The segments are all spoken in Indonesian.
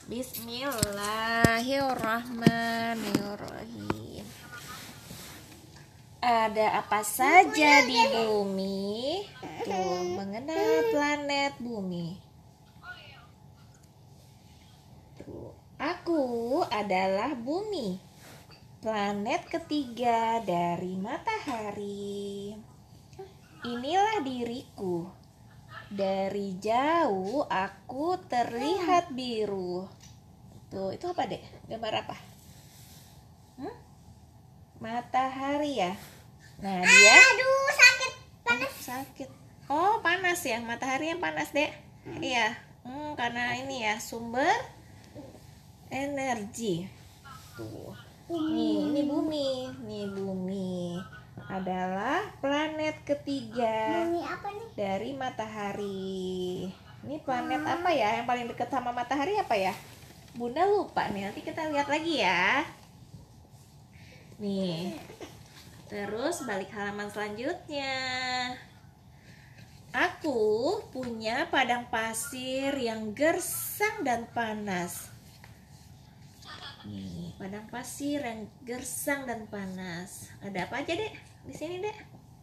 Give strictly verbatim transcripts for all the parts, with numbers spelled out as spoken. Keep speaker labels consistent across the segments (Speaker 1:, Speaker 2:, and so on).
Speaker 1: Bismillahirrahmanirrahim. Ada apa saja di bumi? Tuh, mengenal planet bumi. Tuh, aku adalah bumi, planet ketiga dari matahari. Inilah diriku. Dari jauh aku terlihat biru. Tuh, itu apa, Dek? Gambar apa? Hmm? Matahari ya. Nah, dia
Speaker 2: Aduh, sakit, panas.
Speaker 1: Oh, sakit. Oh, panas ya. Matahari yang panas, Dek. Hmm. Iya. Hmm, karena ini ya sumber energi. Tuh. Nih, ini bumi. Nih bumi adalah planet ketiga
Speaker 2: Bumi apa nih?
Speaker 1: dari matahari. Ini planet apa ya yang paling dekat sama matahari apa ya? Bunda lupa nih, nanti kita lihat lagi ya. Nih, terus balik halaman selanjutnya. Aku punya padang pasir yang gersang dan panas. Nih, padang pasir yang gersang dan panas. Ada apa aja, Dek? Di sini, Dek.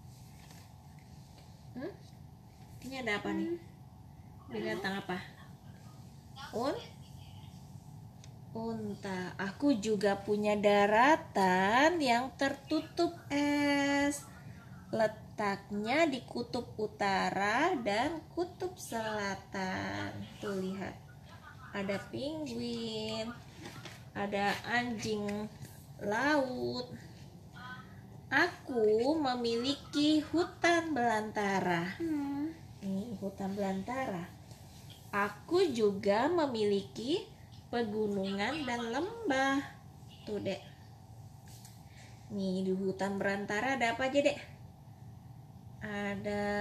Speaker 1: Hmm? Ini ada apa nih? Binatang apa? Un? Unta. Aku juga punya daratan yang tertutup es. Letaknya di kutub utara dan kutub selatan. Tuh, lihat. Ada penguin. Ada anjing laut. Aku memiliki hutan belantara.
Speaker 2: Hmm.
Speaker 1: Nih, hutan belantara. Aku juga memiliki pegunungan dan lembah. Tuh, Dek. Nih, di hutan belantara ada apa aja, Dek? Ada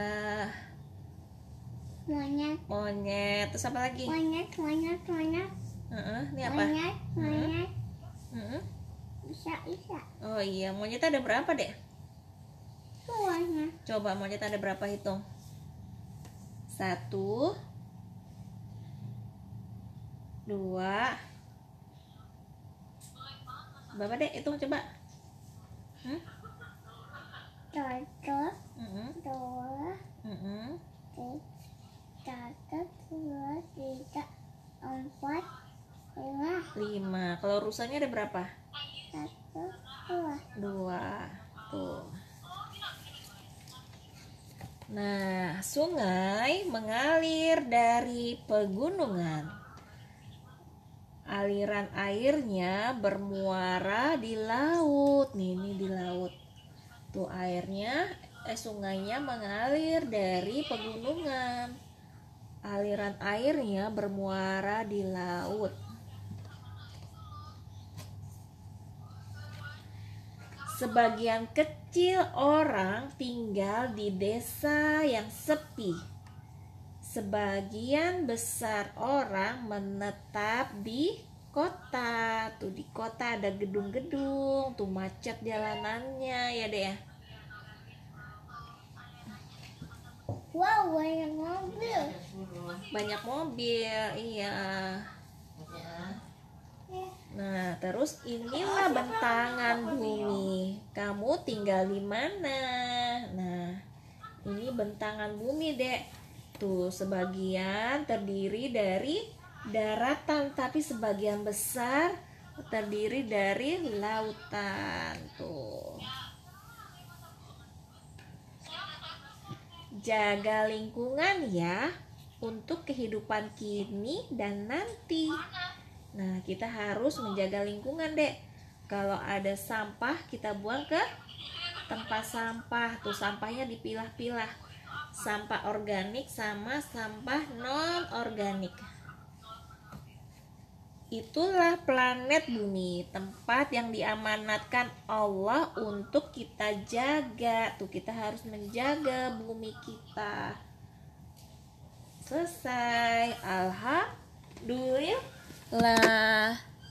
Speaker 2: Monyet,
Speaker 1: monyet. Terus apa lagi?
Speaker 2: monyet, monyet, monyet.
Speaker 1: Uh-uh, ini apa?
Speaker 2: Monyet, monyet.
Speaker 1: Uh-uh.
Speaker 2: Bisa, bisa.
Speaker 1: Oh iya, monyet ada berapa, Dek?
Speaker 2: Semuanya.
Speaker 1: Coba monyet ada berapa, hitung. Satu, dua, berapa, Dek? Hitung coba. Hmm?
Speaker 2: Satu,
Speaker 1: Uh-uh.
Speaker 2: dua,
Speaker 1: Uh-uh.
Speaker 2: tiga, satu, dua, tiga, empat, lima,
Speaker 1: Lima. Kalau rusanya ada berapa?
Speaker 2: satu, dua.
Speaker 1: Dua. Tuh. Nah, sungai mengalir dari pegunungan. Aliran airnya bermuara di laut. Nih, ini di laut. Tuh airnya, eh sungainya mengalir dari pegunungan. Aliran airnya bermuara di laut. Sebagian kecil orang tinggal di desa yang sepi. Sebagian besar orang menetap di kota. Tuh di kota ada gedung-gedung, tuh macet jalanannya ya, Dek ya.
Speaker 2: Wow, banyak mobil.
Speaker 1: Banyak mobil, iya. Nah, terus inilah bentangan bumi. Kamu tinggal di mana? Nah, ini bentangan bumi, Dek. Tuh, sebagian terdiri dari daratan, tapi sebagian besar terdiri dari lautan. Tuh. Jaga lingkungan ya, untuk kehidupan kini dan nanti. Nah, kita harus menjaga lingkungan, Dek. Kalau ada sampah, kita buang ke tempat sampah. Tuh, sampahnya dipilah-pilah. Sampah organik sama sampah non-organik. Itulah planet bumi, tempat yang diamanatkan Allah untuk kita jaga. Tuh, kita harus menjaga bumi kita. Selesai. Alhamdulillah.